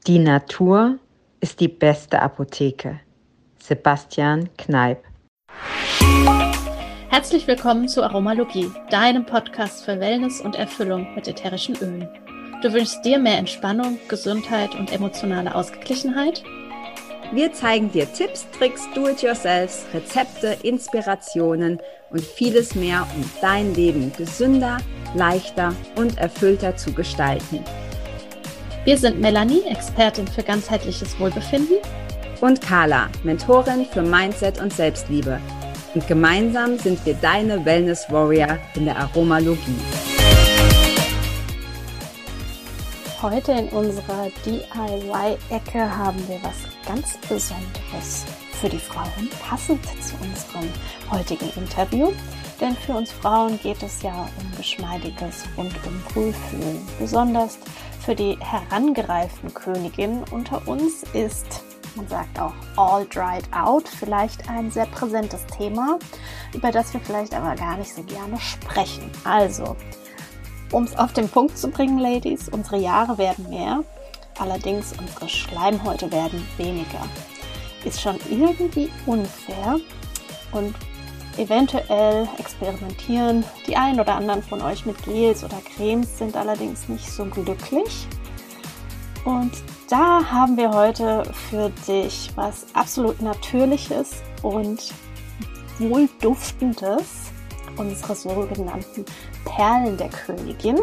Die Natur ist die beste Apotheke. Sebastian Kneipp. Herzlich willkommen zu Aromalogie, deinem Podcast für Wellness und Erfüllung mit ätherischen Ölen. Du wünschst dir mehr Entspannung, Gesundheit und emotionale Ausgeglichenheit? Wir zeigen dir Tipps, Tricks, Do-it-yourselfs, Rezepte, Inspirationen und vieles mehr, um dein Leben gesünder, leichter und erfüllter zu gestalten. Wir sind Melanie, Expertin für ganzheitliches Wohlbefinden, und Carla, Mentorin für Mindset und Selbstliebe. Und gemeinsam sind wir deine Wellness-Warrior in der Aromalogie. Heute in unserer DIY-Ecke haben wir was ganz Besonderes für die Frauen, passend zu unserem heutigen Interview. Denn für uns Frauen geht es ja um geschmeidiges rundum Wohlfühlen. Besonders für die herangereiften Königinnen unter uns ist, man sagt auch all dried out, vielleicht ein sehr präsentes Thema, über das wir vielleicht aber gar nicht so gerne sprechen. Also, um es auf den Punkt zu bringen, Ladies, unsere Jahre werden mehr, allerdings unsere Schleimhäute werden weniger. Ist schon irgendwie unfair und eventuell experimentieren die einen oder anderen von euch mit Gels oder Cremes, sind allerdings nicht so glücklich. Und da haben wir heute für dich was absolut Natürliches und Wohlduftendes, unsere sogenannten Perlen der Königin.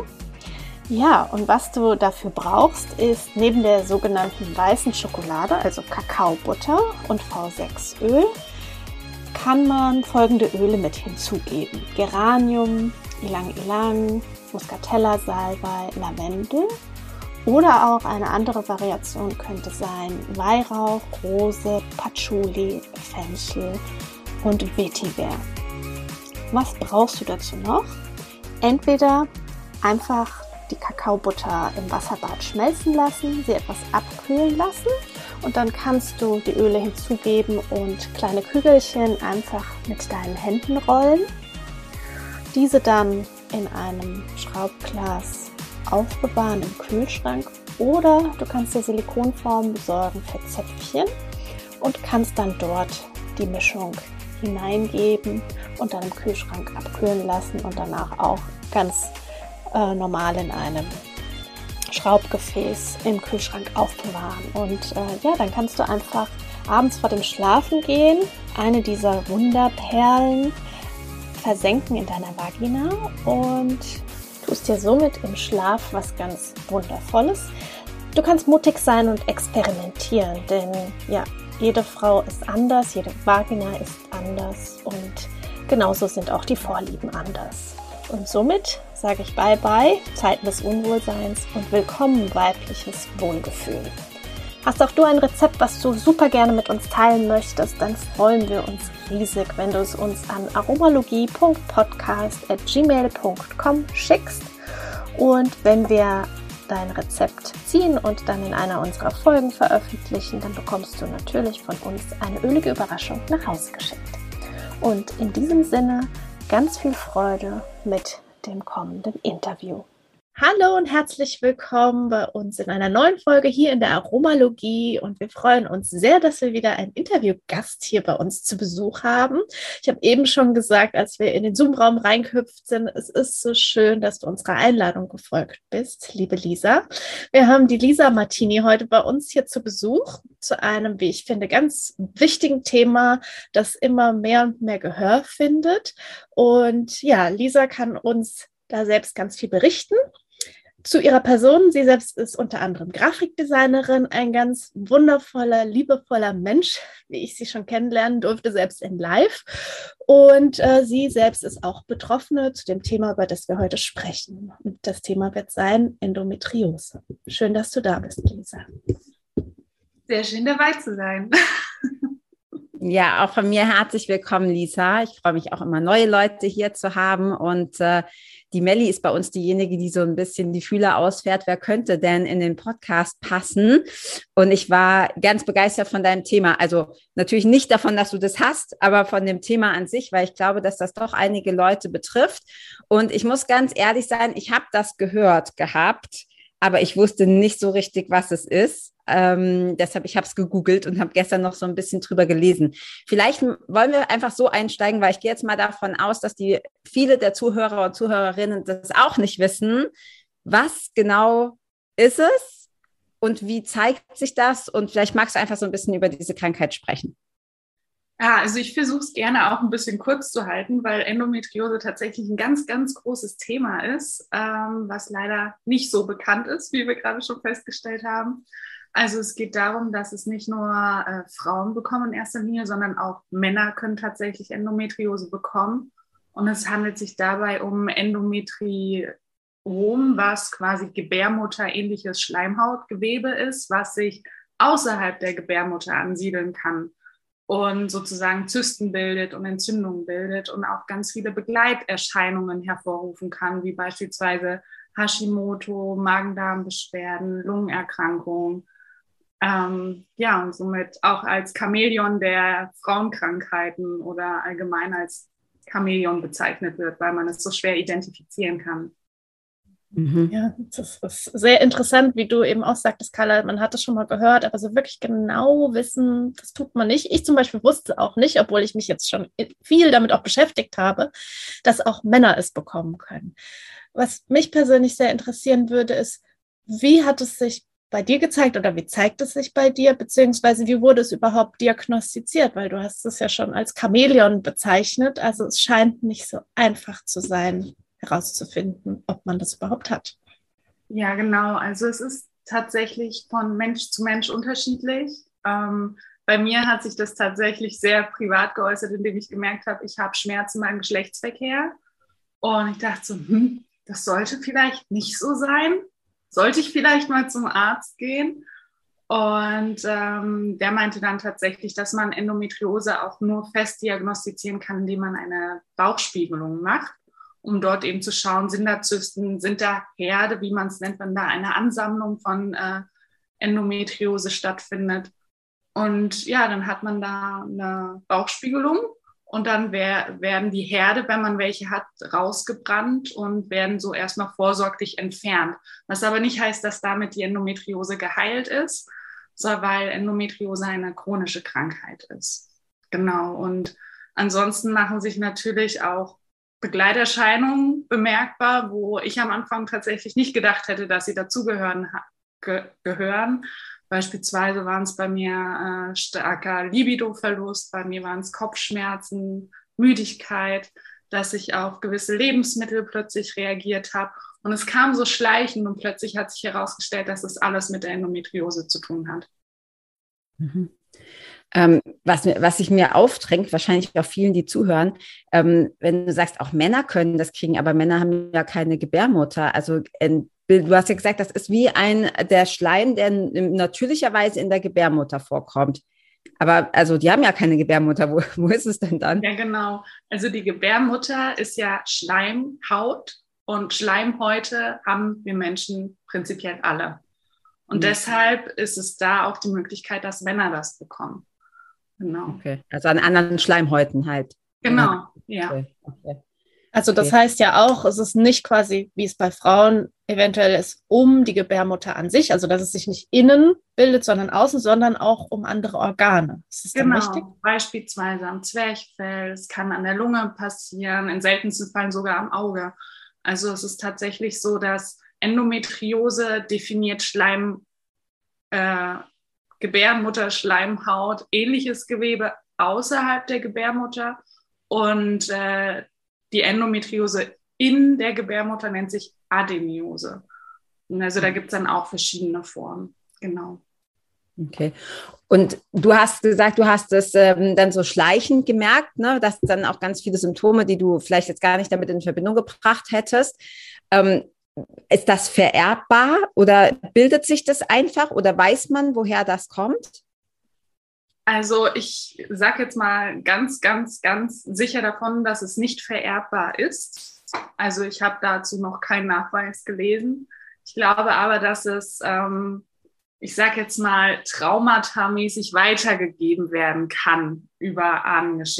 Ja, und was du dafür brauchst, ist neben der sogenannten weißen Schokolade, also Kakaobutter und V6-Öl, kann man folgende Öle mit hinzugeben: Geranium, Ylang-Ylang, Muscatella-Salbei, Lavendel oder auch eine andere Variation könnte sein Weihrauch, Rose, Patchouli, Fenchel und Vetiver. Was brauchst du dazu noch? Entweder einfach die Kakaobutter im Wasserbad schmelzen lassen, sie etwas abkühlen lassen und dann kannst du die Öle hinzugeben und kleine Kügelchen einfach mit deinen Händen rollen. Diese dann in einem Schraubglas aufbewahren im Kühlschrank oder du kannst dir Silikonformen besorgen für Zäpfchen und kannst dann dort die Mischung hineingeben und dann im Kühlschrank abkühlen lassen und danach auch ganz normal in einem Schraubgefäß im Kühlschrank aufbewahren. Und dann kannst du einfach abends vor dem Schlafengehen eine dieser Wunderperlen versenken in deiner Vagina und tust dir somit im Schlaf was ganz Wundervolles. Du kannst mutig sein und experimentieren, denn ja, jede Frau ist anders, jede Vagina ist anders und genauso sind auch die Vorlieben anders. Und somit sage ich Bye-bye, Zeiten des Unwohlseins und willkommen weibliches Wohlgefühl. Hast auch du ein Rezept, was du super gerne mit uns teilen möchtest, dann freuen wir uns riesig, wenn du es uns an aromalogie.podcast@gmail.com schickst. Und wenn wir dein Rezept ziehen und dann in einer unserer Folgen veröffentlichen, dann bekommst du natürlich von uns eine ölige Überraschung nach Hause geschickt. Und in diesem Sinne ganz viel Freude mit dem kommenden Interview. Hallo und herzlich willkommen bei uns in einer neuen Folge hier in der Aromalogie und wir freuen uns sehr, dass wir wieder einen Interviewgast hier bei uns zu Besuch haben. Ich habe eben schon gesagt, als wir in den Zoom-Raum reingehüpft sind, es ist so schön, dass du unserer Einladung gefolgt bist, liebe Lisa. Wir haben die Lisa Martini heute bei uns hier zu Besuch zu einem, wie ich finde, ganz wichtigen Thema, das immer mehr und mehr Gehör findet. Und ja, Lisa kann uns da selbst ganz viel berichten. Zu ihrer Person, sie selbst ist unter anderem Grafikdesignerin, ein ganz wundervoller, liebevoller Mensch, wie ich sie schon kennenlernen durfte, selbst in Live. Und sie selbst ist auch Betroffene zu dem Thema, über das wir heute sprechen. Und das Thema wird sein Endometriose. Schön, dass du da bist, Lisa. Sehr schön, dabei zu sein. Ja, auch von mir herzlich willkommen, Lisa. Ich freue mich auch immer, neue Leute hier zu haben und die Melli ist bei uns diejenige, die so ein bisschen die Fühler ausfährt. Wer könnte denn in den Podcast passen? Und ich war ganz begeistert von deinem Thema. Also natürlich nicht davon, dass du das hast, aber von dem Thema an sich, weil ich glaube, dass das doch einige Leute betrifft. Und ich muss ganz ehrlich sein, ich habe das gehört gehabt, aber ich wusste nicht so richtig, was es ist. Deshalb, ich habe es gegoogelt und habe gestern noch so ein bisschen drüber gelesen. Vielleicht wollen wir einfach so einsteigen, weil ich gehe jetzt mal davon aus, dass viele der Zuhörer und Zuhörerinnen das auch nicht wissen. Was genau ist es und wie zeigt sich das? Und vielleicht magst du einfach so ein bisschen über diese Krankheit sprechen. Ja, also ich versuche es gerne auch ein bisschen kurz zu halten, weil Endometriose tatsächlich ein ganz, ganz großes Thema ist, was leider nicht so bekannt ist, wie wir gerade schon festgestellt haben. Also es geht darum, dass es nicht nur Frauen bekommen in erster Linie, sondern auch Männer können tatsächlich Endometriose bekommen. Und es handelt sich dabei um Endometriom, was quasi gebärmutterähnliches Schleimhautgewebe ist, was sich außerhalb der Gebärmutter ansiedeln kann und sozusagen Zysten bildet und Entzündungen bildet und auch ganz viele Begleiterscheinungen hervorrufen kann, wie beispielsweise Hashimoto, Magen-Darm-Beschwerden, Lungenerkrankungen. Und somit auch als Chamäleon der Frauenkrankheiten oder allgemein als Chamäleon bezeichnet wird, weil man es so schwer identifizieren kann. Ja, das ist sehr interessant, wie du eben auch sagtest, Carla, man hat es schon mal gehört, aber so wirklich genau wissen, das tut man nicht. Ich zum Beispiel wusste auch nicht, obwohl ich mich jetzt schon viel damit auch beschäftigt habe, dass auch Männer es bekommen können. Was mich persönlich sehr interessieren würde, ist, wie hat es sich bei dir gezeigt oder wie zeigt es sich bei dir, beziehungsweise wie wurde es überhaupt diagnostiziert, weil du hast es ja schon als Chamäleon bezeichnet, also es scheint nicht so einfach zu sein, herauszufinden, ob man das überhaupt hat. Ja, genau. Also es ist tatsächlich von Mensch zu Mensch unterschiedlich. Bei mir hat sich das tatsächlich sehr privat geäußert, indem ich gemerkt habe, ich habe Schmerzen beim Geschlechtsverkehr. Und ich dachte so, das sollte vielleicht nicht so sein. Sollte ich vielleicht mal zum Arzt gehen? Und der meinte dann tatsächlich, dass man Endometriose auch nur fest diagnostizieren kann, indem man eine Bauchspiegelung macht, um dort eben zu schauen, sind da Zysten, sind da Herde, wie man es nennt, wenn da eine Ansammlung von Endometriose stattfindet. Und ja, dann hat man da eine Bauchspiegelung und dann werden die Herde, wenn man welche hat, rausgebrannt und werden so erstmal vorsorglich entfernt. Was aber nicht heißt, dass damit die Endometriose geheilt ist, sondern weil Endometriose eine chronische Krankheit ist. Genau. Und ansonsten machen sich natürlich auch Begleiterscheinungen bemerkbar, wo ich am Anfang tatsächlich nicht gedacht hätte, dass sie dazugehören. Beispielsweise waren es bei mir starker Libidoverlust, bei mir waren es Kopfschmerzen, Müdigkeit, dass ich auf gewisse Lebensmittel plötzlich reagiert habe. Und es kam so schleichend und plötzlich hat sich herausgestellt, dass es alles mit der Endometriose zu tun hat. Mhm. Was sich mir aufdrängt, wahrscheinlich auch vielen, die zuhören, wenn du sagst, auch Männer können das kriegen, aber Männer haben ja keine Gebärmutter. Also du hast ja gesagt, das ist wie der Schleim, der natürlicherweise in der Gebärmutter vorkommt. Aber also die haben ja keine Gebärmutter. Wo ist es denn dann? Ja, genau. Also die Gebärmutter ist ja Schleimhaut und Schleimhäute haben wir Menschen prinzipiell alle. Und deshalb ist es da auch die Möglichkeit, dass Männer das bekommen. Genau. Okay, also an anderen Schleimhäuten halt. Genau, ja. Okay. Also das heißt ja auch, es ist nicht quasi, wie es bei Frauen eventuell ist, um die Gebärmutter an sich, also dass es sich nicht innen bildet, sondern außen, sondern auch um andere Organe. Ist das dann richtig? Beispielsweise am Zwerchfell, es kann an der Lunge passieren, in seltensten Fällen sogar am Auge. Also es ist tatsächlich so, dass Endometriose definiert Gebärmutterschleimhaut, ähnliches Gewebe außerhalb der Gebärmutter und die Endometriose in der Gebärmutter nennt sich Adenomiose. Und also da gibt es dann auch verschiedene Formen, genau. Okay. Und du hast gesagt, du hast es dann so schleichend gemerkt, ne? Dass dann auch ganz viele Symptome, die du vielleicht jetzt gar nicht damit in Verbindung gebracht hättest. Ist das vererbbar oder bildet sich das einfach oder weiß man, woher das kommt? Also ich sage jetzt mal ganz, ganz, ganz sicher davon, dass es nicht vererbbar ist. Also ich habe dazu noch keinen Nachweis gelesen. Ich glaube aber, dass es, ich sage jetzt mal, traumatamäßig weitergegeben werden kann über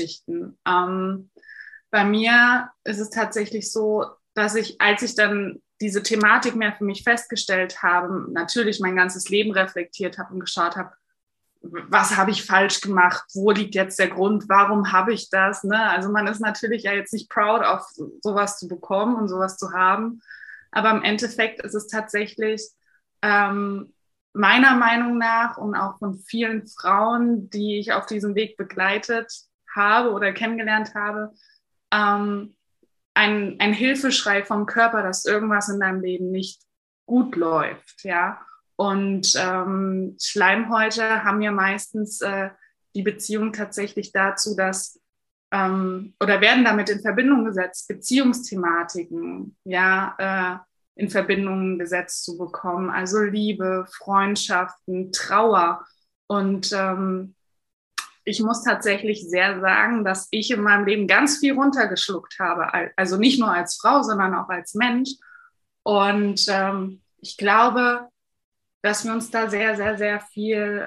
Ahnengeschichten. Bei mir ist es tatsächlich so, dass als ich dann diese Thematik mehr für mich festgestellt habe, natürlich mein ganzes Leben reflektiert habe und geschaut habe, was habe ich falsch gemacht, wo liegt jetzt der Grund, warum habe ich das, ne? Also man ist natürlich ja jetzt nicht proud, auf sowas zu bekommen und sowas zu haben, aber im Endeffekt ist es tatsächlich meiner Meinung nach und auch von vielen Frauen, die ich auf diesem Weg begleitet habe oder kennengelernt habe, ein Hilfeschrei vom Körper, dass irgendwas in deinem Leben nicht gut läuft, ja. Und Schleimhäute haben ja meistens die Beziehung tatsächlich dazu, dass oder werden damit in Verbindung gesetzt, Beziehungsthematiken, ja, in Verbindung gesetzt zu bekommen. Also Liebe, Freundschaften, Trauer. Und ich muss tatsächlich sehr sagen, dass ich in meinem Leben ganz viel runtergeschluckt habe. Also nicht nur als Frau, sondern auch als Mensch. Und ich glaube, dass wir uns da sehr, sehr, sehr viel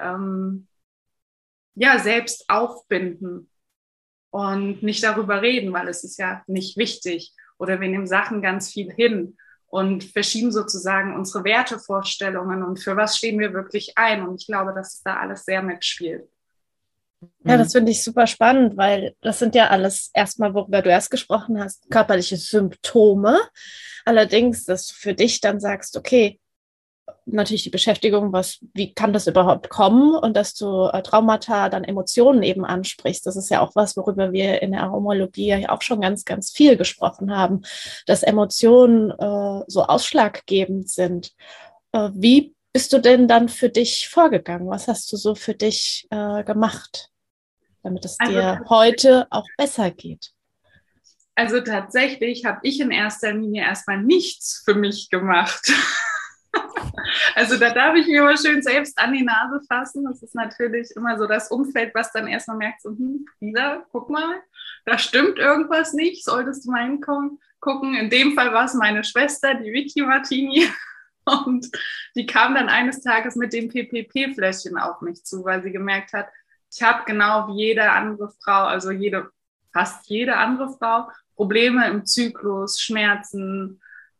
selbst aufbinden und nicht darüber reden, weil es ist ja nicht wichtig. Oder wir nehmen Sachen ganz viel hin und verschieben sozusagen unsere Wertevorstellungen und für was stehen wir wirklich ein. Und ich glaube, dass es da alles sehr mitspielt. Ja, das finde ich super spannend, weil das sind ja alles erstmal, worüber du erst gesprochen hast, körperliche Symptome. Allerdings, dass du für dich dann sagst, okay, natürlich die Beschäftigung, wie kann das überhaupt kommen, und dass du Traumata, dann Emotionen eben ansprichst. Das ist ja auch was, worüber wir in der Aromologie ja auch schon ganz, ganz viel gesprochen haben, dass Emotionen so ausschlaggebend sind. Wie bist du denn dann für dich vorgegangen? Was hast du so für dich gemacht, damit es dir heute auch besser geht? Also tatsächlich habe ich in erster Linie erstmal nichts für mich gemacht. Also da darf ich mir immer schön selbst an die Nase fassen. Das ist natürlich immer so das Umfeld, was dann erstmal merkt, so, Lisa, guck mal, da stimmt irgendwas nicht, solltest du mal hinkommen, gucken. In dem Fall war es meine Schwester, die Vicky Martini. Und die kam dann eines Tages mit dem PPP-Fläschchen auf mich zu, weil sie gemerkt hat, ich habe genau wie jede andere Frau, also fast jede andere Frau, Probleme im Zyklus, Schmerzen,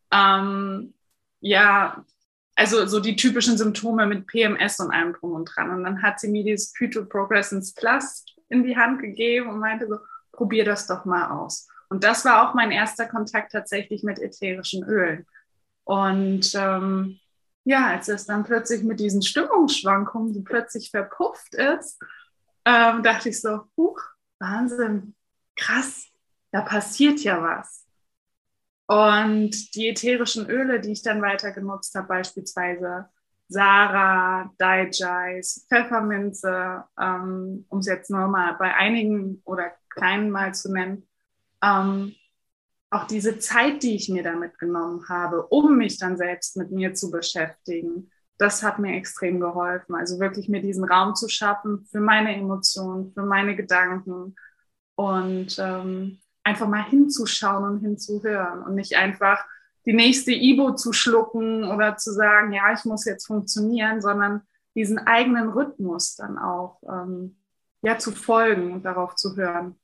also so die typischen Symptome mit PMS und allem drum und dran. Und dann hat sie mir dieses Phytoprogressens Plus in die Hand gegeben und meinte so, probier das doch mal aus. Und das war auch mein erster Kontakt tatsächlich mit ätherischen Ölen. Und als es dann plötzlich mit diesen Stimmungsschwankungen, die plötzlich verpufft ist, dachte ich so, Wahnsinn, krass, da passiert ja was. Und die ätherischen Öle, die ich dann weiter genutzt habe, beispielsweise Sarah, Daijice, Pfefferminze, um es jetzt nur mal bei einigen oder kleinen mal zu nennen, auch diese Zeit, die ich mir damit genommen habe, um mich dann selbst mit mir zu beschäftigen, das hat mir extrem geholfen. Also wirklich mir diesen Raum zu schaffen für meine Emotionen, für meine Gedanken und einfach mal hinzuschauen und hinzuhören und nicht einfach die nächste Ibo zu schlucken oder zu sagen, ja, ich muss jetzt funktionieren, sondern diesen eigenen Rhythmus dann auch zu folgen und darauf zu hören.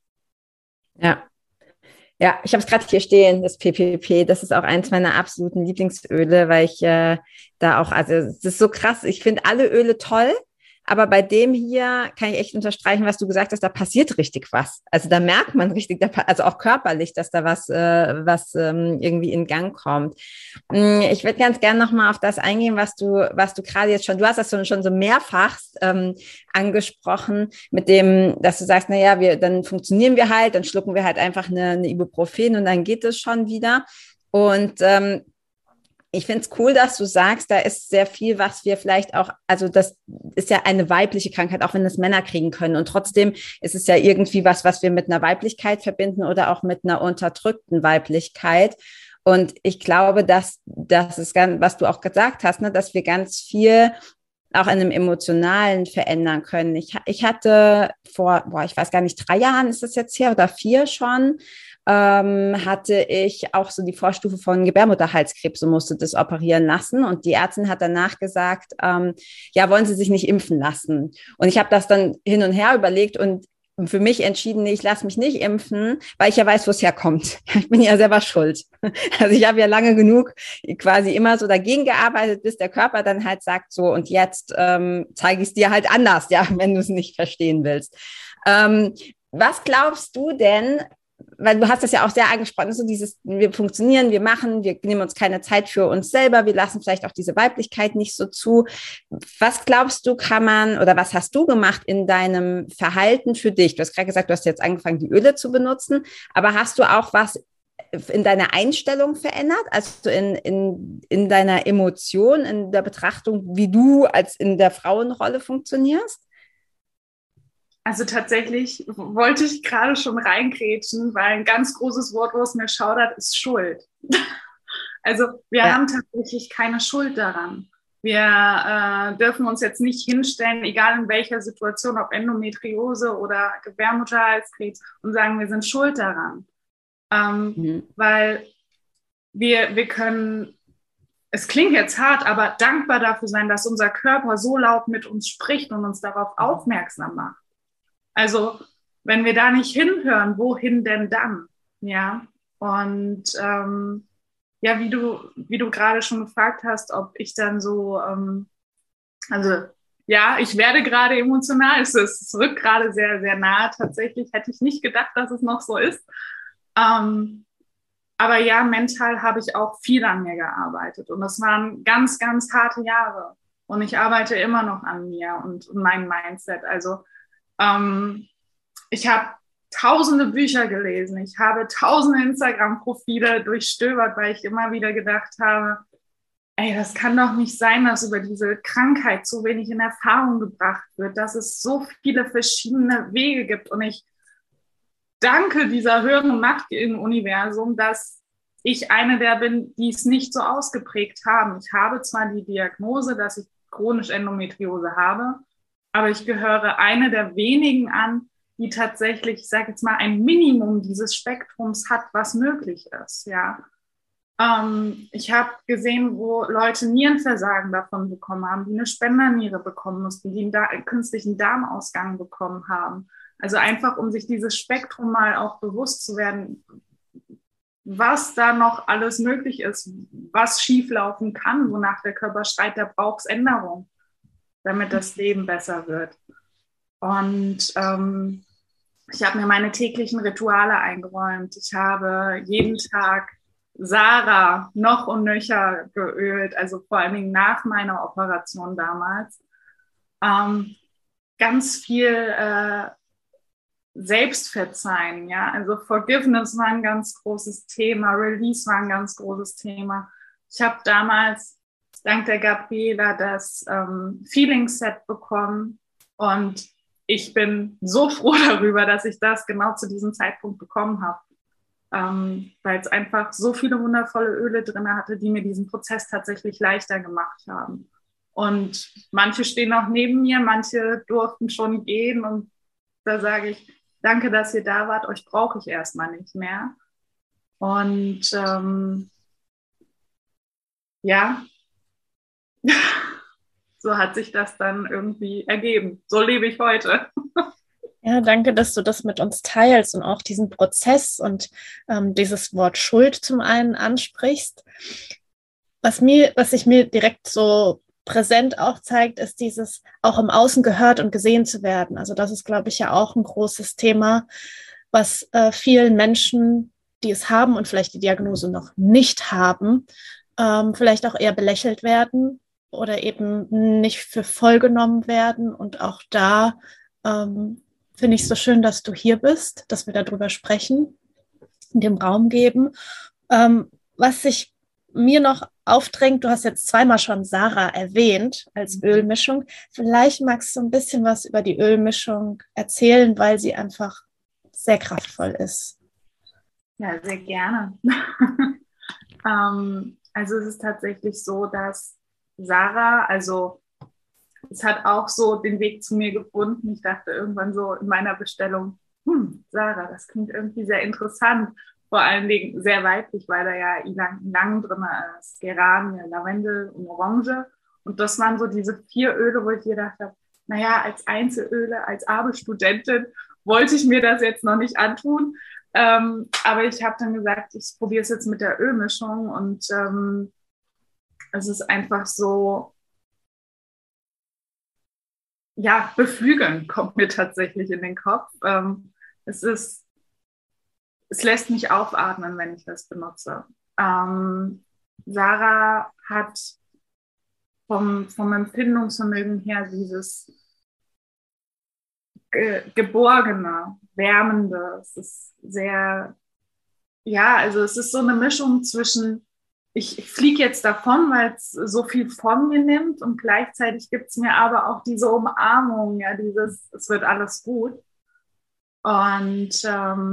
Ja, ich habe es gerade hier stehen, das PPP. Das ist auch eins meiner absoluten Lieblingsöle, weil ich da auch, also es ist so krass, ich finde alle Öle toll, aber bei dem hier kann ich echt unterstreichen, was du gesagt hast, da passiert richtig was. Also da merkt man richtig, also auch körperlich, dass da was irgendwie in Gang kommt. Ich würde ganz gerne nochmal auf das eingehen, was du gerade jetzt du hast das schon so mehrfach angesprochen, mit dem, dass du sagst, naja, dann funktionieren wir halt, dann schlucken wir halt einfach eine Ibuprofen und dann geht es schon wieder. Und ich finde es cool, dass du sagst, da ist sehr viel, was wir vielleicht auch, also das ist ja eine weibliche Krankheit, auch wenn das Männer kriegen können. Und trotzdem ist es ja irgendwie was wir mit einer Weiblichkeit verbinden oder auch mit einer unterdrückten Weiblichkeit. Und ich glaube, dass das ist ganz, was du auch gesagt hast, ne, dass wir ganz viel auch in einem Emotionalen verändern können. Ich hatte vor, ich weiß gar nicht, 3 Jahren ist das jetzt her oder 4 schon, hatte ich auch so die Vorstufe von Gebärmutterhalskrebs und musste das operieren lassen. Und die Ärztin hat danach gesagt, wollen Sie sich nicht impfen lassen? Und ich habe das dann hin und her überlegt und für mich entschieden, nee, ich lasse mich nicht impfen, weil ich ja weiß, wo es herkommt. Ich bin ja selber schuld. Also ich habe ja lange genug quasi immer so dagegen gearbeitet, bis der Körper dann halt sagt so, und jetzt zeige ich es dir halt anders, ja, wenn du es nicht verstehen willst. Was glaubst du denn, weil du hast das ja auch sehr angesprochen, so dieses, wir funktionieren, wir machen, wir nehmen uns keine Zeit für uns selber, wir lassen vielleicht auch diese Weiblichkeit nicht so zu. Was glaubst du, kann man, oder was hast du gemacht in deinem Verhalten für dich? Du hast gerade gesagt, du hast jetzt angefangen, die Öle zu benutzen, aber hast du auch was in deiner Einstellung verändert, also in deiner Emotion, in der Betrachtung, wie du als in der Frauenrolle funktionierst? Also tatsächlich wollte ich gerade schon reingrätschen, weil ein ganz großes Wort, wo es mir schaudert, ist Schuld. Also wir haben tatsächlich keine Schuld daran. Wir dürfen uns jetzt nicht hinstellen, egal in welcher Situation, ob Endometriose oder Gebärmutterhalskrebs, und sagen, wir sind schuld daran. Weil wir können, es klingt jetzt hart, aber dankbar dafür sein, dass unser Körper so laut mit uns spricht und uns darauf aufmerksam macht. Also wenn wir da nicht hinhören, wohin denn dann? Ja, und ja, wie du gerade schon gefragt hast, ob ich dann so, also ja, ich werde gerade emotional, es rückt gerade sehr, sehr nahe. Tatsächlich hätte ich nicht gedacht, dass es noch so ist. Aber ja, mental habe ich auch viel an mir gearbeitet und das waren ganz, ganz harte Jahre und ich arbeite immer noch an mir und meinem Mindset. Also ich habe tausende Bücher gelesen, ich habe tausende Instagram-Profile durchstöbert, weil ich immer wieder gedacht habe, ey, das kann doch nicht sein, dass über diese Krankheit so wenig in Erfahrung gebracht wird, dass es so viele verschiedene Wege gibt. Und ich danke dieser höheren Macht im Universum, dass ich eine der bin, die es nicht so ausgeprägt haben. Ich habe zwar die Diagnose, dass ich chronisch Endometriose habe, aber ich gehöre eine der wenigen an, die tatsächlich, ich sage jetzt mal, ein Minimum dieses Spektrums hat, was möglich ist. Ja. Ich habe gesehen, wo Leute Nierenversagen davon bekommen haben, die eine Spenderniere bekommen mussten, die einen künstlichen Darmausgang bekommen haben. Also einfach, um sich dieses Spektrum mal auch bewusst zu werden, was da noch alles möglich ist, was schieflaufen kann, wonach der Körper schreit, da braucht es Änderung, damit das Leben besser wird. Und ich habe mir meine täglichen Rituale eingeräumt. Ich habe jeden Tag Sarah noch und nöcher geölt, also vor allen Dingen nach meiner Operation damals. Ganz viel Selbstverzeihen, ja, also Forgiveness war ein ganz großes Thema, Release war ein ganz großes Thema. Ich habe damals dank der Gabriela das Feeling-Set bekommen und ich bin so froh darüber, dass ich das genau zu diesem Zeitpunkt bekommen habe, weil es einfach so viele wundervolle Öle drin hatte, die mir diesen Prozess tatsächlich leichter gemacht haben. Und manche stehen auch neben mir, manche durften schon gehen und da sage ich, danke, dass ihr da wart, euch brauche ich erstmal nicht mehr. Und ja, so hat sich das dann irgendwie ergeben. So lebe ich heute. Ja, danke, dass du das mit uns teilst und auch diesen Prozess und dieses Wort Schuld zum einen ansprichst. Was sich mir direkt so präsent aufzeigt, ist dieses auch im Außen gehört und gesehen zu werden. Also das ist, glaube ich, ja auch ein großes Thema, was vielen Menschen, die es haben und vielleicht die Diagnose noch nicht haben, vielleicht auch eher belächelt werden oder eben nicht für voll genommen werden. Und auch da finde ich es so schön, dass du hier bist, dass wir darüber sprechen, in dem Raum geben. Was sich mir noch aufdrängt, du hast jetzt zweimal schon Sarah erwähnt als Ölmischung. Vielleicht magst du ein bisschen was über die Ölmischung erzählen, weil sie einfach sehr kraftvoll ist. Ja, sehr gerne. Also es ist tatsächlich so, dass Sarah, also es hat auch so den Weg zu mir gefunden. Ich dachte irgendwann so in meiner Bestellung, Sarah, das klingt irgendwie sehr interessant. Vor allen Dingen sehr weiblich, weil da ja Ylang drin ist, Geranien, Lavendel und Orange. Und das waren so diese 4 Öle, wo ich gedacht habe, naja, als Einzelöle, als Abelstudentin wollte ich mir das jetzt noch nicht antun. Aber ich habe dann gesagt, ich probiere es jetzt mit der Ölmischung und es ist einfach so, ja, beflügeln kommt mir tatsächlich in den Kopf. Es lässt mich aufatmen, wenn ich das benutze. Sarah hat vom Empfindungsvermögen her dieses Geborgene, Wärmende. Es ist sehr, ja, also es ist so eine Mischung zwischen, ich fliege jetzt davon, weil es so viel von mir nimmt und gleichzeitig gibt es mir aber auch diese Umarmung, ja, dieses, es wird alles gut. Und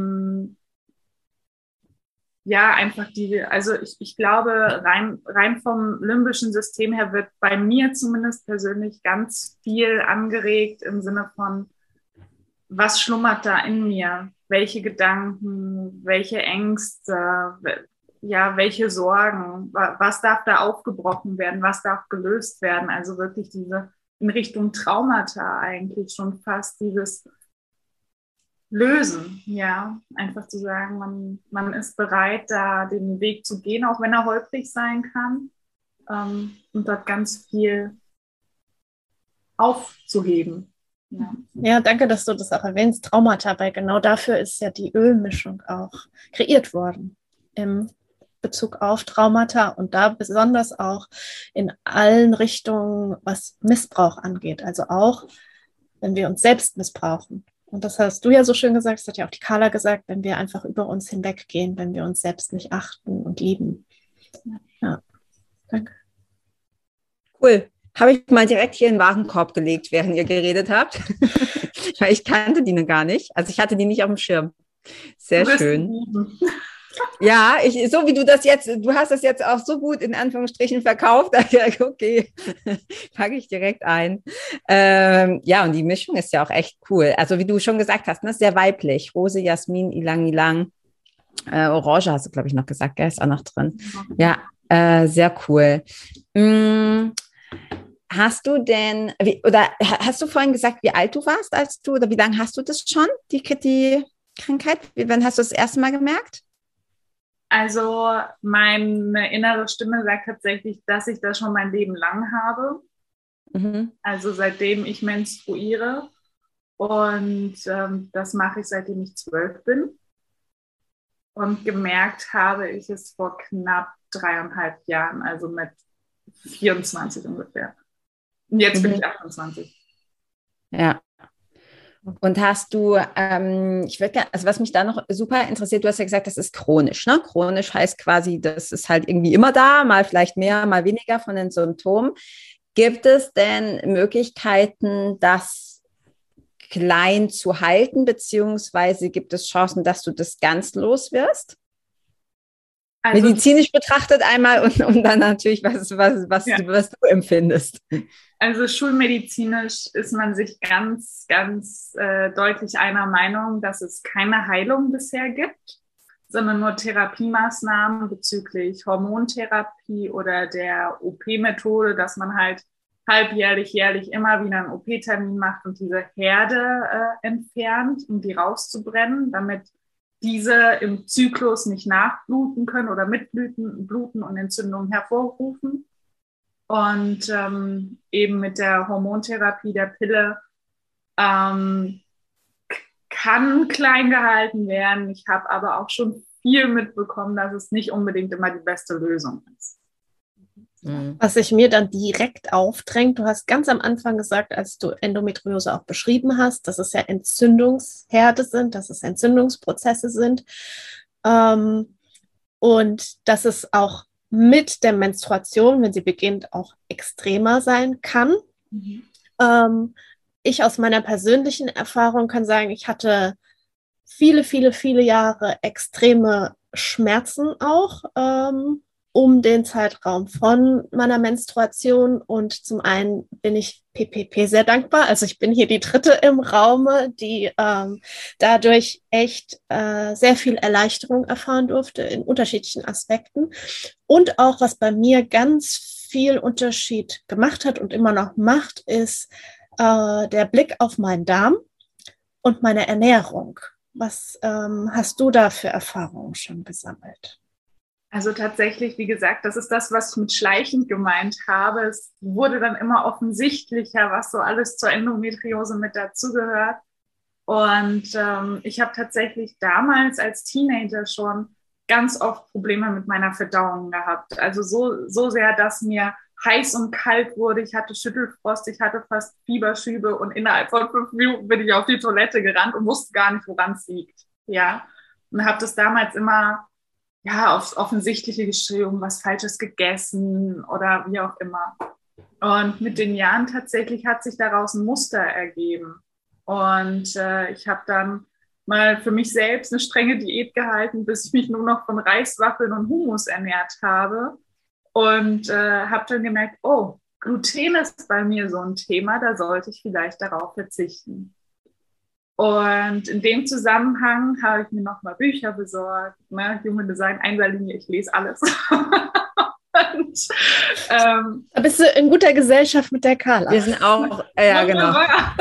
ja, einfach also ich glaube, rein vom limbischen System her wird bei mir zumindest persönlich ganz viel angeregt im Sinne von, was schlummert da in mir? Welche Gedanken, welche Ängste, ja, welche Sorgen, was darf da aufgebrochen werden, was darf gelöst werden? Also wirklich diese in Richtung Traumata eigentlich schon fast dieses Lösen, ja, einfach zu sagen, man ist bereit, da den Weg zu gehen, auch wenn er holprig sein kann, und dort ganz viel aufzuheben. Ja, danke, dass du das auch erwähnst, Traumata, weil genau dafür ist ja die Ölmischung auch kreiert worden im Bezug auf Traumata und da besonders auch in allen Richtungen, was Missbrauch angeht, also auch, wenn wir uns selbst missbrauchen. Und das hast du ja so schön gesagt, das hat ja auch die Carla gesagt, wenn wir einfach über uns hinweggehen, wenn wir uns selbst nicht achten und lieben. Ja, danke. Cool. Habe ich mal direkt hier in den Warenkorb gelegt, während ihr geredet habt. Weil ich kannte die noch gar nicht. Also ich hatte die nicht auf dem Schirm. Sehr schön. Ja, so wie du hast das jetzt auch so gut in Anführungsstrichen verkauft. Okay, packe ich direkt ein. Ja, und die Mischung ist ja auch echt cool. Also wie du schon gesagt hast, ne, sehr weiblich. Rose, Jasmin, Ilang Ilang. Orange hast du, glaube ich, noch gesagt, gell? Ist auch noch drin. Ja, sehr cool. Hast du denn, hast du vorhin gesagt, wie alt du warst, oder wie lange hast du das schon, die Krankheit? Wann hast du das erste Mal gemerkt? Also meine innere Stimme sagt tatsächlich, dass ich das schon mein Leben lang habe. Mhm. Also seitdem ich menstruiere. Und das mache ich, seitdem ich 12 bin. Und gemerkt habe ich es vor knapp 3,5 Jahren, also mit 24 ungefähr. Und jetzt bin ich 28. Ja. Und hast du, also was mich da noch super interessiert, du hast ja gesagt, das ist chronisch, ne? Chronisch heißt quasi, das ist halt irgendwie immer da, mal vielleicht mehr, mal weniger von den Symptomen. Gibt es denn Möglichkeiten, das klein zu halten, beziehungsweise gibt es Chancen, dass du das ganz los wirst? Also, medizinisch betrachtet einmal und dann natürlich, was du empfindest. Also schulmedizinisch ist man sich ganz, ganz deutlich einer Meinung, dass es keine Heilung bisher gibt, sondern nur Therapiemaßnahmen bezüglich Hormontherapie oder der OP-Methode, dass man halt halbjährlich, jährlich immer wieder einen OP-Termin macht und diese Herde entfernt, um die rauszubrennen, damit diese im Zyklus nicht nachbluten können oder mitbluten und Entzündungen hervorrufen. Und eben mit der Hormontherapie der Pille kann klein gehalten werden. Ich habe aber auch schon viel mitbekommen, dass es nicht unbedingt immer die beste Lösung ist. Was sich mir dann direkt aufdrängt, du hast ganz am Anfang gesagt, als du Endometriose auch beschrieben hast, dass es ja Entzündungsherde sind, dass es Entzündungsprozesse sind und dass es auch mit der Menstruation, wenn sie beginnt, auch extremer sein kann. Mhm. Ich aus meiner persönlichen Erfahrung kann sagen, ich hatte viele, viele, viele Jahre extreme Schmerzen auch um den Zeitraum von meiner Menstruation. Und zum einen bin ich PPP sehr dankbar. Also ich bin hier die dritte im Raume, die dadurch echt sehr viel Erleichterung erfahren durfte in unterschiedlichen Aspekten. Und auch, was bei mir ganz viel Unterschied gemacht hat und immer noch macht, ist der Blick auf meinen Darm. und meine Ernährung. Was hast du da für Erfahrungen schon gesammelt? Also tatsächlich, wie gesagt, das ist das, was ich mit schleichend gemeint habe. Es wurde dann immer offensichtlicher, was so alles zur Endometriose mit dazugehört. Und ich habe tatsächlich damals als Teenager schon ganz oft Probleme mit meiner Verdauung gehabt. Also so sehr, dass mir heiß und kalt wurde. Ich hatte Schüttelfrost, ich hatte fast Fieberschübe und innerhalb von 5 Minuten bin ich auf die Toilette gerannt und wusste gar nicht, woran es liegt. Ja, und habe das damals immer aufs Offensichtliche geschrieben, was Falsches gegessen oder wie auch immer. Und mit den Jahren tatsächlich hat sich daraus ein Muster ergeben. Und ich habe dann mal für mich selbst eine strenge Diät gehalten, bis ich mich nur noch von Reiswaffeln und Hummus ernährt habe. Und habe dann gemerkt, oh, Gluten ist bei mir so ein Thema, da sollte ich vielleicht darauf verzichten. Und in dem Zusammenhang habe ich mir nochmal Bücher besorgt, ne? Human Design, Einserlinie, ich lese alles. Und, da bist du in guter Gesellschaft mit der Carla. Wir sind auch, ja, genau.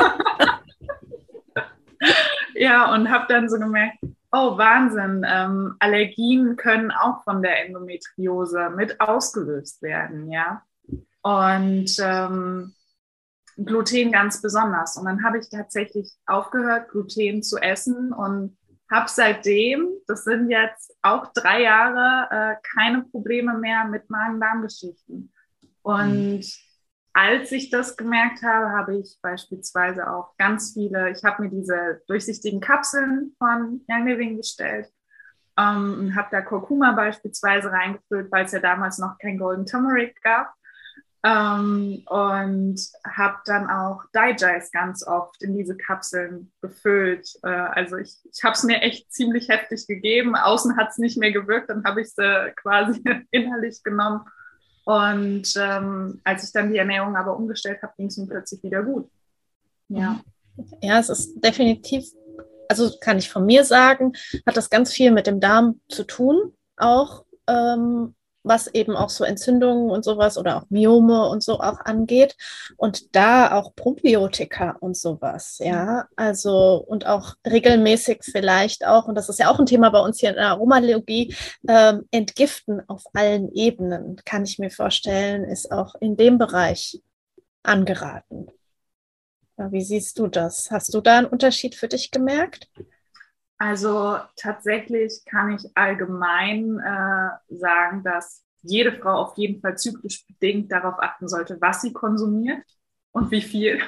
Ja, und habe dann so gemerkt, oh Wahnsinn, Allergien können auch von der Endometriose mit ausgelöst werden, ja. Und Gluten ganz besonders. Und dann habe ich tatsächlich aufgehört, Gluten zu essen und habe seitdem, das sind jetzt auch 3 Jahre, keine Probleme mehr mit Magen-Darm-Geschichten. Und als ich das gemerkt habe, habe ich beispielsweise auch ganz viele, ich habe mir diese durchsichtigen Kapseln von Young Living bestellt und habe da Kurkuma beispielsweise reingefüllt, weil es ja damals noch kein Golden Turmeric gab. Und habe dann auch Digest ganz oft in diese Kapseln gefüllt. Also ich habe es mir echt ziemlich heftig gegeben. Außen hat es nicht mehr gewirkt, dann habe ich sie quasi innerlich genommen. Und als ich dann die Ernährung aber umgestellt habe, ging es mir plötzlich wieder gut. Ja. Ja, es ist definitiv, also kann ich von mir sagen, hat das ganz viel mit dem Darm zu tun, auch was eben auch so Entzündungen und sowas oder auch Myome und so auch angeht. Und da auch Probiotika und sowas, ja. Also und auch regelmäßig vielleicht auch, und das ist ja auch ein Thema bei uns hier in der Aromalogie, entgiften auf allen Ebenen, kann ich mir vorstellen, ist auch in dem Bereich angeraten. Wie siehst du das? Hast du da einen Unterschied für dich gemerkt? Also tatsächlich kann ich allgemein sagen, dass jede Frau auf jeden Fall zyklisch bedingt darauf achten sollte, was sie konsumiert und wie viel.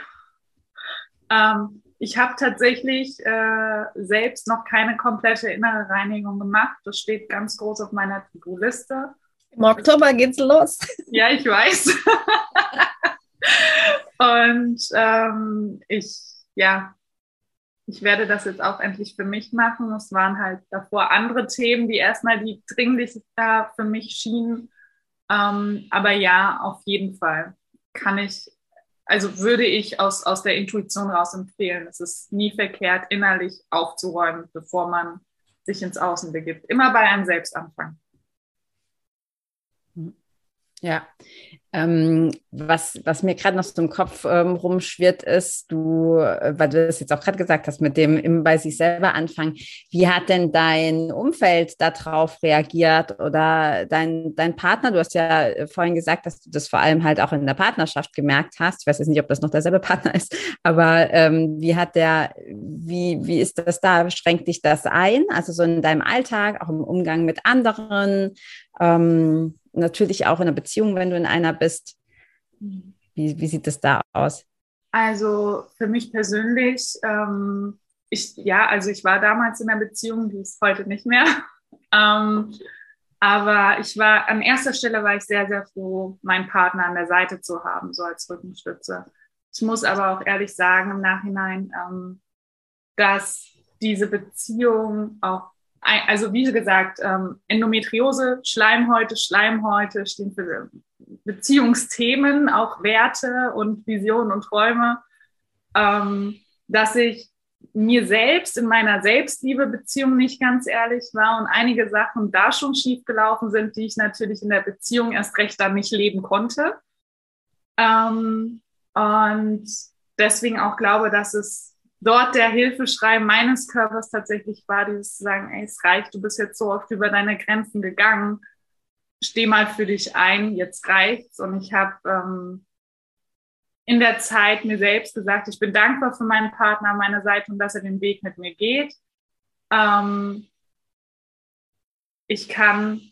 Ich habe tatsächlich selbst noch keine komplette innere Reinigung gemacht. Das steht ganz groß auf meiner To-Do-Liste. Im Oktober geht's los. Ja, ich weiß. Und ich werde das jetzt auch endlich für mich machen. Es waren halt davor andere Themen, die erstmal die dringlichster für mich schienen. Aber ja, auf jeden Fall würde ich aus der Intuition raus empfehlen. Es ist nie verkehrt, innerlich aufzuräumen, bevor man sich ins Außen begibt. Immer bei einem selbst anfangen. Ja, was mir gerade noch so im Kopf rumschwirrt ist, weil du das jetzt auch gerade gesagt hast, mit dem immer bei sich selber anfangen. Wie hat denn dein Umfeld darauf reagiert oder dein Partner? Du hast ja vorhin gesagt, dass du das vor allem halt auch in der Partnerschaft gemerkt hast. Ich weiß jetzt nicht, ob das noch derselbe Partner ist, aber wie ist das da? Schränkt dich das ein? Also so in deinem Alltag, auch im Umgang mit anderen, natürlich auch in einer Beziehung, wenn du in einer bist. Wie sieht es da aus? Also für mich persönlich, ich war damals in einer Beziehung, die ist heute nicht mehr. Aber an erster Stelle war ich sehr, sehr froh, meinen Partner an der Seite zu haben, so als Rückenstütze. Ich muss aber auch ehrlich sagen im Nachhinein, dass diese Beziehung auch, also wie gesagt, Endometriose, Schleimhäute stehen für Beziehungsthemen, auch Werte und Visionen und Träume, dass ich mir selbst in meiner Selbstliebe-Beziehung nicht ganz ehrlich war und einige Sachen da schon schief gelaufen sind, die ich natürlich in der Beziehung erst recht dann nicht leben konnte. Und deswegen auch glaube, dass es dort der Hilfeschrei meines Körpers tatsächlich war, dieses zu sagen, ey, es reicht, du bist jetzt so oft über deine Grenzen gegangen, steh mal für dich ein, jetzt reicht's. Und ich habe in der Zeit mir selbst gesagt, ich bin dankbar für meinen Partner an meiner Seite und dass er den Weg mit mir geht. Ich kann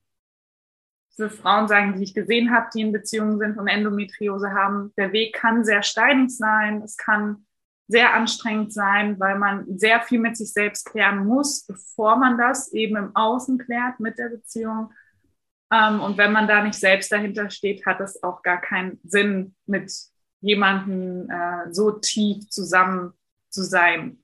für Frauen sagen, die ich gesehen habe, die in Beziehungen sind und Endometriose haben, der Weg kann sehr steinig sein, es kann sehr anstrengend sein, weil man sehr viel mit sich selbst klären muss, bevor man das eben im Außen klärt mit der Beziehung. Und wenn man da nicht selbst dahinter steht, hat es auch gar keinen Sinn, mit jemandem so tief zusammen zu sein.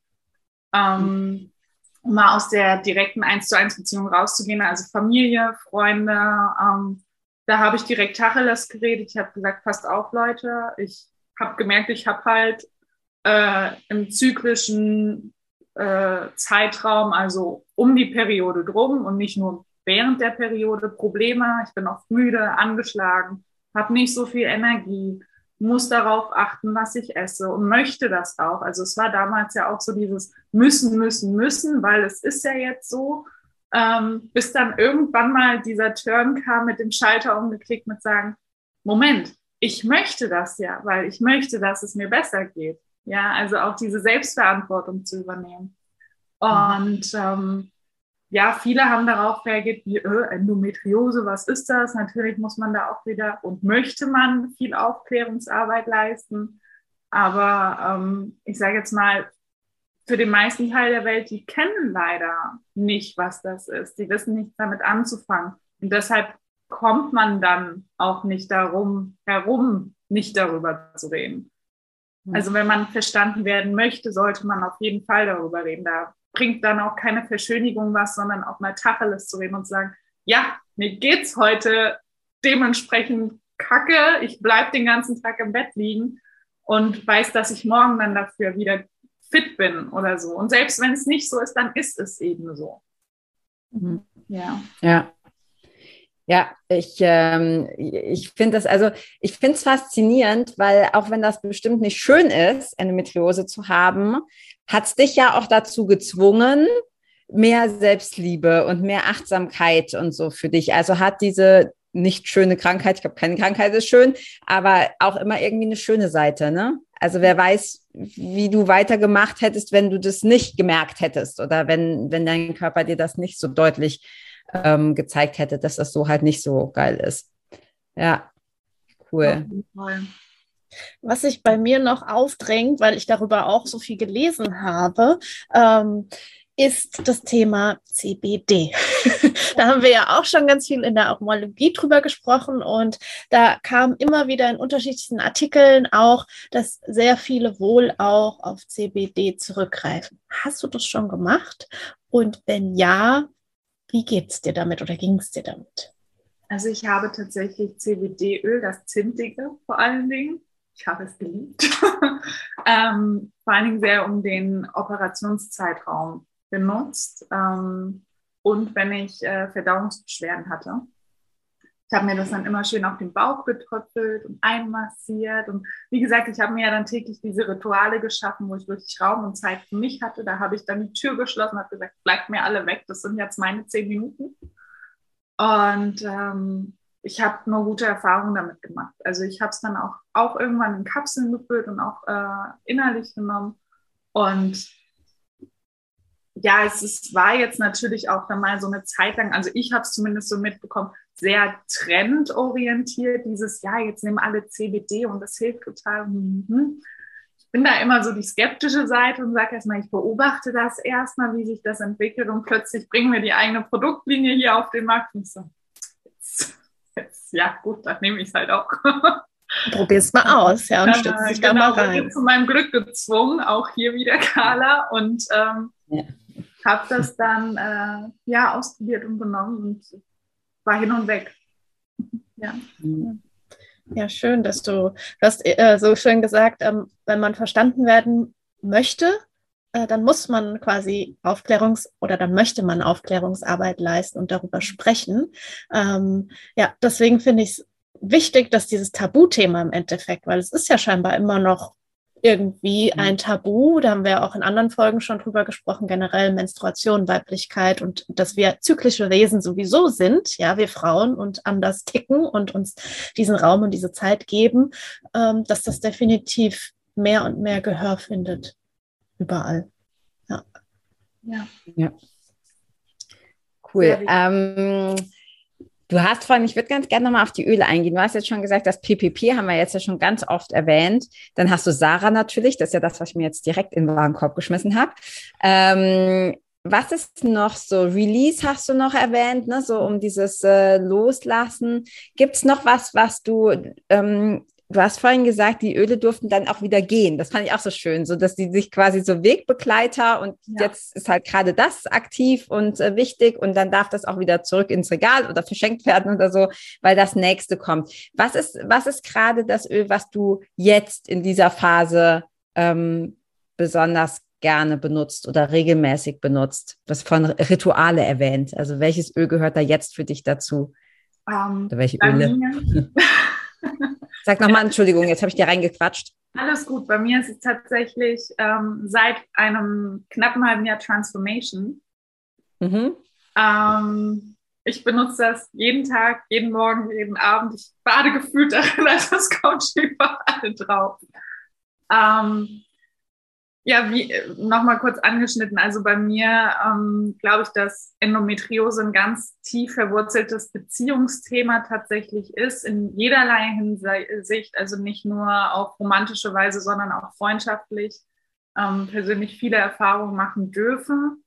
Um mal aus der direkten 1:1 Beziehung rauszugehen, also Familie, Freunde, da habe ich direkt Tacheles geredet. Ich habe gesagt, passt auf, Leute. Ich habe gemerkt, ich habe halt im zyklischen Zeitraum, also um die Periode drum und nicht nur während der Periode, Probleme. Ich bin oft müde, angeschlagen, habe nicht so viel Energie, muss darauf achten, was ich esse und möchte das auch. Also es war damals ja auch so dieses müssen, weil es ist ja jetzt so, bis dann irgendwann mal dieser Turn kam, mit dem Schalter umgeklickt, mit sagen, Moment, ich möchte das ja, weil ich möchte, dass es mir besser geht. Ja, also auch diese Selbstverantwortung zu übernehmen. Und ja, viele haben darauf reagiert, wie Endometriose, was ist das? Natürlich muss man da auch wieder und möchte man viel Aufklärungsarbeit leisten. Aber ich sage jetzt mal, für den meisten Teil der Welt, die kennen leider nicht, was das ist. Die wissen nicht damit anzufangen. Und deshalb kommt man dann auch nicht darum herum, nicht darüber zu reden. Also wenn man verstanden werden möchte, sollte man auf jeden Fall darüber reden. Da bringt dann auch keine Verschönigung was, sondern auch mal Tacheles zu reden und zu sagen, ja, mir geht's heute dementsprechend kacke, ich bleib den ganzen Tag im Bett liegen und weiß, dass ich morgen dann dafür wieder fit bin oder so. Und selbst wenn es nicht so ist, dann ist es eben so. Ja. Ja. Ja, ich finde das, also ich finde es faszinierend, weil auch wenn das bestimmt nicht schön ist, Endometriose zu haben, hat es dich ja auch dazu gezwungen, mehr Selbstliebe und mehr Achtsamkeit und so für dich. Also hat diese nicht schöne Krankheit, ich glaube, keine Krankheit ist schön, aber auch immer irgendwie eine schöne Seite, ne? Also wer weiß, wie du weitergemacht hättest, wenn du das nicht gemerkt hättest oder wenn dein Körper dir das nicht so deutlich gezeigt hätte, dass das so halt nicht so geil ist. Ja, cool. Was sich bei mir noch aufdrängt, weil ich darüber auch so viel gelesen habe, ist das Thema CBD. Da haben wir ja auch schon ganz viel in der Homologie drüber gesprochen und da kam immer wieder in unterschiedlichen Artikeln auch, dass sehr viele wohl auch auf CBD zurückgreifen. Hast du das schon gemacht? Und wenn ja, wie geht's dir damit oder ging es dir damit? Also ich habe tatsächlich CBD-Öl, das Zimtige vor allen Dingen. Ich habe es geliebt. Vor allen Dingen sehr um den Operationszeitraum benutzt. Und wenn ich Verdauungsbeschwerden hatte. Ich habe mir das dann immer schön auf den Bauch getröpfelt und einmassiert. Und wie gesagt, ich habe mir ja dann täglich diese Rituale geschaffen, wo ich wirklich Raum und Zeit für mich hatte. Da habe ich dann die Tür geschlossen und habe gesagt, bleibt mir alle weg, das sind jetzt meine 10 Minuten. Und ich habe nur gute Erfahrungen damit gemacht. Also ich habe es dann auch irgendwann in Kapseln gefüllt und auch innerlich genommen. Und ja, war jetzt natürlich auch dann mal so eine Zeit lang, also ich habe es zumindest so mitbekommen, sehr trendorientiert, ja, jetzt nehmen alle CBD und das hilft total. Ich bin da immer so die skeptische Seite und sage erstmal, ich beobachte das erstmal, wie sich das entwickelt und plötzlich bringen wir die eigene Produktlinie hier auf den Markt und so, jetzt, ja gut, dann nehme ich es halt auch. Probier's mal aus, ja, und stützt dich da mal rein. Ich bin zu meinem Glück gezwungen, auch hier wieder Carla und habe das dann ausprobiert und genommen und war hin und weg. Ja. Ja, schön, dass du hast so schön gesagt, wenn man verstanden werden möchte, dann muss man quasi dann möchte man Aufklärungsarbeit leisten und darüber sprechen. Ja, deswegen finde ich es wichtig, dass dieses Tabuthema im Endeffekt, weil es ist ja scheinbar immer noch irgendwie ein Tabu. Da haben wir auch in anderen Folgen schon drüber gesprochen, generell Menstruation, Weiblichkeit und dass wir zyklische Wesen sowieso sind, ja, wir Frauen und anders ticken und uns diesen Raum und diese Zeit geben, dass das definitiv mehr und mehr Gehör findet. Überall. Ja. Ja. Cool. Du hast vorhin, ich würde ganz gerne nochmal auf die Öle eingehen. Du hast jetzt schon gesagt, das PPP haben wir jetzt ja schon ganz oft erwähnt. Dann hast du Sarah natürlich, das ist ja das, was ich mir jetzt direkt in den Warenkorb geschmissen habe. Was ist noch so? Release hast du noch erwähnt, ne? So um dieses Loslassen. Gibt es noch was du hast vorhin gesagt, die Öle durften dann auch wieder gehen. Das fand ich auch so schön, so dass die sich quasi so Wegbegleiter und jetzt ist halt gerade das aktiv und wichtig und dann darf das auch wieder zurück ins Regal oder verschenkt werden oder so, weil das nächste kommt. Was ist gerade das Öl, was du jetzt in dieser Phase besonders gerne benutzt oder regelmäßig benutzt? Du hast von Rituale erwähnt. Also welches Öl gehört da jetzt für dich dazu? Oder welche Öle? Sag nochmal, Entschuldigung, jetzt habe ich dir reingequatscht. Alles gut, bei mir ist es tatsächlich seit einem knappen halben Jahr Transformation. Mhm. Ich benutze das jeden Tag, jeden Morgen, jeden Abend. Ich bade gefühlt darin, als das kommt überall drauf. Wie nochmal kurz angeschnitten, also bei mir glaube ich, dass Endometriose ein ganz tief verwurzeltes Beziehungsthema tatsächlich ist, in jederlei Hinsicht, also nicht nur auf romantische Weise, sondern auch freundschaftlich, persönlich viele Erfahrungen machen dürfen.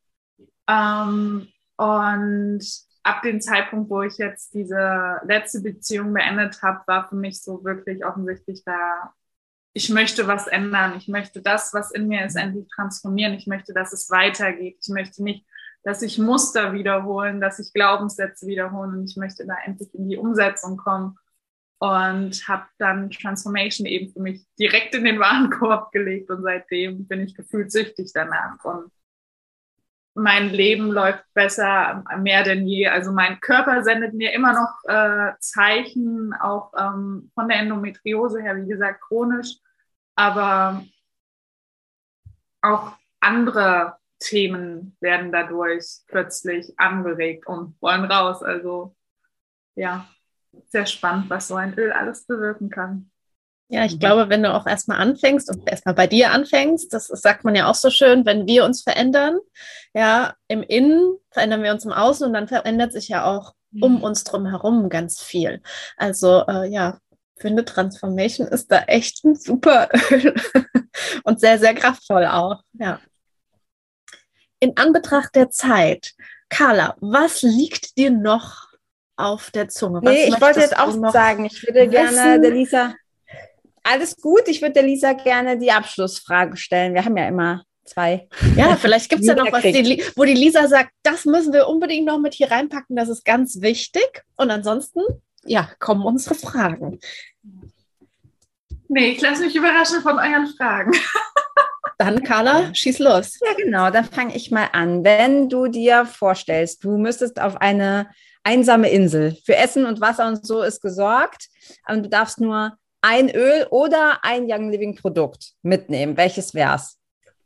Und ab dem Zeitpunkt, wo ich jetzt diese letzte Beziehung beendet habe, war für mich so wirklich offensichtlich ich möchte was ändern. Ich möchte das, was in mir ist, endlich transformieren. Ich möchte, dass es weitergeht. Ich möchte nicht, dass sich Muster wiederholen, dass sich Glaubenssätze wiederholen. Und ich möchte da endlich in die Umsetzung kommen. Und habe dann Transformation eben für mich direkt in den Warenkorb gelegt. Und seitdem bin ich gefühlt süchtig danach. Und mein Leben läuft besser, mehr denn je. Also mein Körper sendet mir immer noch Zeichen, auch von der Endometriose her, wie gesagt, chronisch. Aber auch andere Themen werden dadurch plötzlich angeregt und wollen raus. Also ja, sehr spannend, was so ein Öl alles bewirken kann. Ja, ich glaube, wenn du auch erstmal anfängst und erstmal bei dir anfängst, das sagt man ja auch so schön, wenn wir uns verändern, ja, im Innen verändern wir uns im Außen und dann verändert sich ja auch um uns drum herum ganz viel. Also finde Transformation ist da echt ein super Öl und sehr, sehr kraftvoll auch, ja. In Anbetracht der Zeit, Carla, was liegt dir noch auf der Zunge? Ich wollte jetzt auch sagen, ich würde gerne der Lisa... Alles gut, ich würde der Lisa gerne die Abschlussfrage stellen. Wir haben ja immer 2. Ja, vielleicht gibt es ja noch was, wo die Lisa sagt, das müssen wir unbedingt noch mit hier reinpacken, das ist ganz wichtig. Und ansonsten, kommen unsere Fragen. Nee, ich lasse mich überraschen von euren Fragen. Dann, Carla, schieß los. Ja, genau, dann fange ich mal an. Wenn du dir vorstellst, du müsstest auf eine einsame Insel, für Essen und Wasser und so ist gesorgt, und du darfst nur ein Öl oder ein Young Living Produkt mitnehmen. Welches wär's?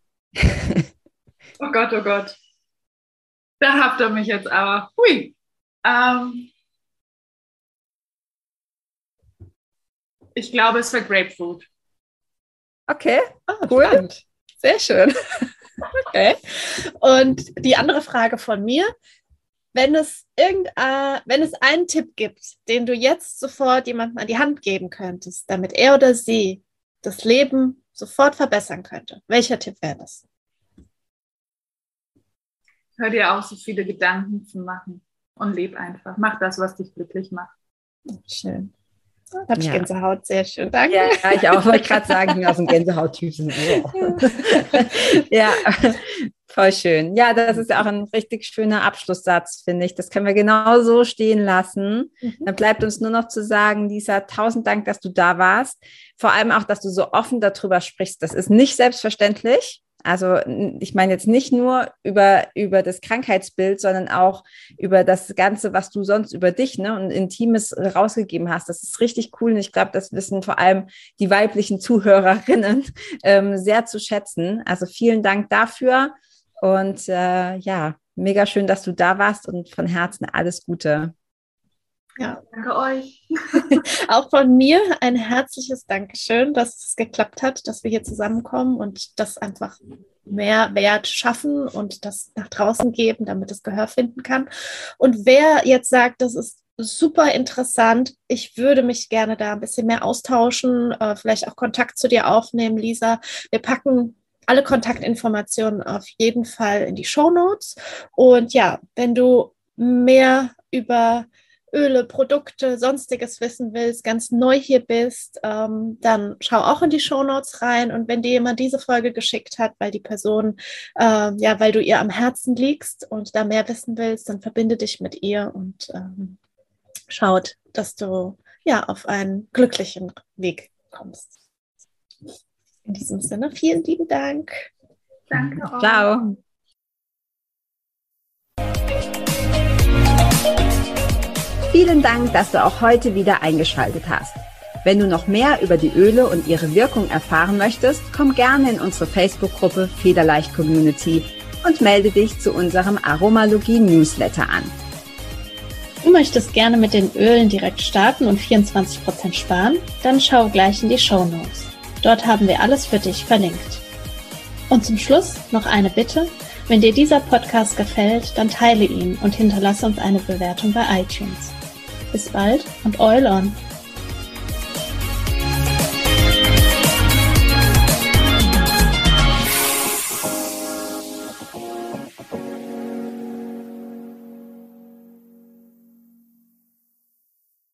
Oh Gott, oh Gott. Da habt ihr mich jetzt aber. Hui. Ich glaube, es wäre Grapefruit. Okay, cool. Spannend. Sehr schön. Okay. Und die andere Frage von mir, wenn es einen Tipp gibt, den du jetzt sofort jemandem an die Hand geben könntest, damit er oder sie das Leben sofort verbessern könnte, welcher Tipp wäre das? Hör dir auch so viele Gedanken zu machen und leb einfach. Mach das, was dich glücklich macht. Schön. Da habe ich Gänsehaut, sehr schön, danke. Ja, ich auch, wollte gerade sagen, ich bin aus dem Gänsehaut-Typ. Ja, voll schön. Ja, das ist ja auch ein richtig schöner Abschlusssatz, finde ich. Das können wir genau so stehen lassen. Dann bleibt uns nur noch zu sagen, Lisa, 1000 Dank, dass du da warst. Vor allem auch, dass du so offen darüber sprichst. Das ist nicht selbstverständlich. Also ich meine jetzt nicht nur über das Krankheitsbild, sondern auch über das Ganze, was du sonst über dich, ne, und Intimes rausgegeben hast. Das ist richtig cool und ich glaube, das wissen vor allem die weiblichen Zuhörerinnen sehr zu schätzen. Also vielen Dank dafür und ja, mega schön, dass du da warst und von Herzen alles Gute. Ja, danke euch. Auch von mir ein herzliches Dankeschön, dass es geklappt hat, dass wir hier zusammenkommen und das einfach mehr Wert schaffen und das nach draußen geben, damit es Gehör finden kann. Und wer jetzt sagt, das ist super interessant, ich würde mich gerne da ein bisschen mehr austauschen, vielleicht auch Kontakt zu dir aufnehmen, Lisa. Wir packen alle Kontaktinformationen auf jeden Fall in die Shownotes. Und ja, wenn du mehr über Öle, Produkte, sonstiges wissen willst, ganz neu hier bist, dann schau auch in die Shownotes rein. Und wenn dir jemand diese Folge geschickt hat, weil die Person, weil du ihr am Herzen liegst und da mehr wissen willst, dann verbinde dich mit ihr und schaut, dass du auf einen glücklichen Weg kommst. In diesem Sinne, vielen lieben Dank. Danke auch. Ciao. Vielen Dank, dass du auch heute wieder eingeschaltet hast. Wenn du noch mehr über die Öle und ihre Wirkung erfahren möchtest, komm gerne in unsere Facebook-Gruppe Federleicht Community und melde dich zu unserem Aromalogie-Newsletter an. Du möchtest gerne mit den Ölen direkt starten und 24% sparen? Dann schau gleich in die Shownotes. Dort haben wir alles für dich verlinkt. Und zum Schluss noch eine Bitte. Wenn dir dieser Podcast gefällt, dann teile ihn und hinterlasse uns eine Bewertung bei iTunes. Bis bald und Oil on!